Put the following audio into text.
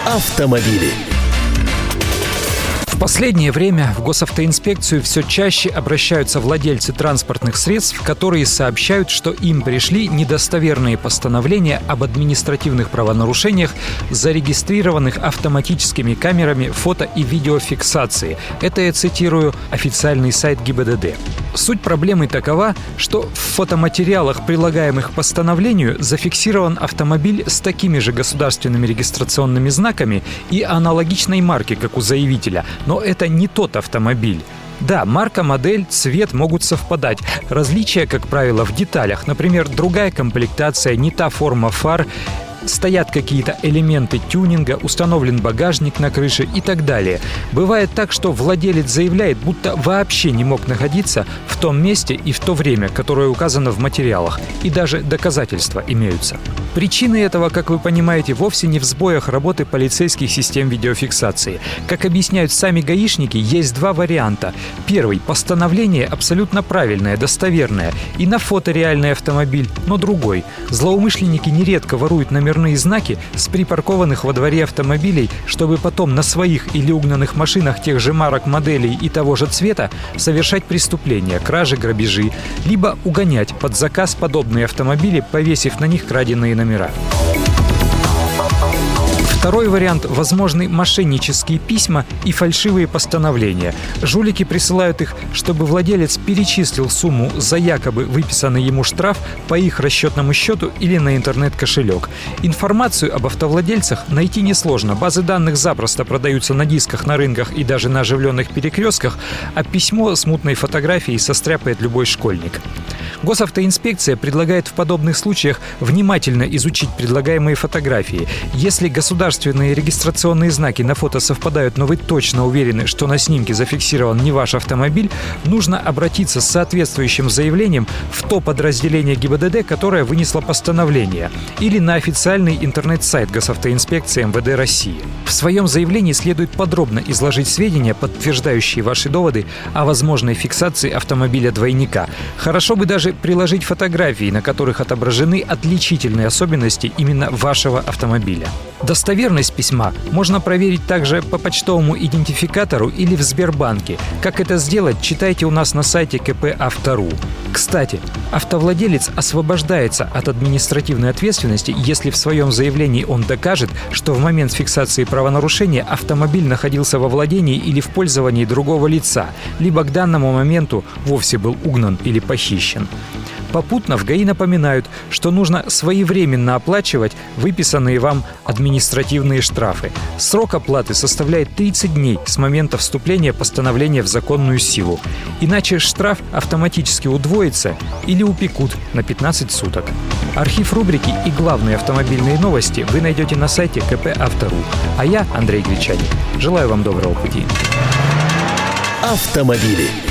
Автомобили. В последнее время в госавтоинспекцию все чаще обращаются владельцы транспортных средств, которые сообщают, что им пришли недостоверные постановления об административных правонарушениях, зарегистрированных автоматическими камерами фото- и видеофиксации. Это я цитирую официальный сайт ГИБДД. Суть проблемы такова, что в фотоматериалах, прилагаемых к постановлению, зафиксирован автомобиль с такими же государственными регистрационными знаками и аналогичной марки, как у заявителя, но это не тот автомобиль. Да, марка, модель, цвет могут совпадать. Различия, как правило, в деталях. Например, другая комплектация, не та форма фар, стоят какие-то элементы тюнинга, установлен багажник на крыше и так далее. Бывает так, что владелец заявляет, будто вообще не мог находиться в том месте и в то время, которое указано в материалах, и даже доказательства имеются. Причины этого, как вы понимаете, вовсе не в сбоях работы полицейских систем видеофиксации. Как объясняют сами гаишники, есть два варианта. Первый – постановление абсолютно правильное, достоверное, и на фото реальный автомобиль, но другой. Злоумышленники нередко воруют номерные знаки с припаркованных во дворе автомобилей, чтобы потом на своих или угнанных машинах тех же марок, моделей и того же цвета совершать преступления, кражи, грабежи, либо угонять под заказ подобные автомобили, повесив на них краденые номера. Второй вариант – возможны мошеннические письма и фальшивые постановления. Жулики присылают их, чтобы владелец перечислил сумму за якобы выписанный ему штраф по их расчетному счету или на интернет-кошелек. Информацию об автовладельцах найти несложно. Базы данных запросто продаются на дисках, на рынках и даже на оживленных перекрестках, а письмо с мутной фотографией состряпает любой школьник. Госавтоинспекция предлагает в подобных случаях внимательно изучить предлагаемые фотографии. Если государственные регистрационные знаки на фото совпадают, но вы точно уверены, что на снимке зафиксирован не ваш автомобиль, нужно обратиться с соответствующим заявлением в то подразделение ГИБДД, которое вынесло постановление, или на официальный интернет-сайт Госавтоинспекции МВД России. В своем заявлении следует подробно изложить сведения, подтверждающие ваши доводы о возможной фиксации автомобиля-двойника. Хорошо бы даже приложить фотографии, на которых отображены отличительные особенности именно вашего автомобиля. Достоверность письма можно проверить также по почтовому идентификатору или в Сбербанке. Как это сделать, читайте у нас на сайте КП-Авто.ру. Кстати, автовладелец освобождается от административной ответственности, если в своем заявлении он докажет, что в момент фиксации правонарушения автомобиль находился во владении или в пользовании другого лица, либо к данному моменту вовсе был угнан или похищен. Попутно в ГАИ напоминают, что нужно своевременно оплачивать выписанные вам административные штрафы. Срок оплаты составляет 30 дней с момента вступления постановления в законную силу. Иначе штраф автоматически удвоится или упекут на 15 суток. Архив рубрики и главные автомобильные новости вы найдете на сайте КП-Авто.ру. А я, Андрей Гречаник, желаю вам доброго пути. Автомобили.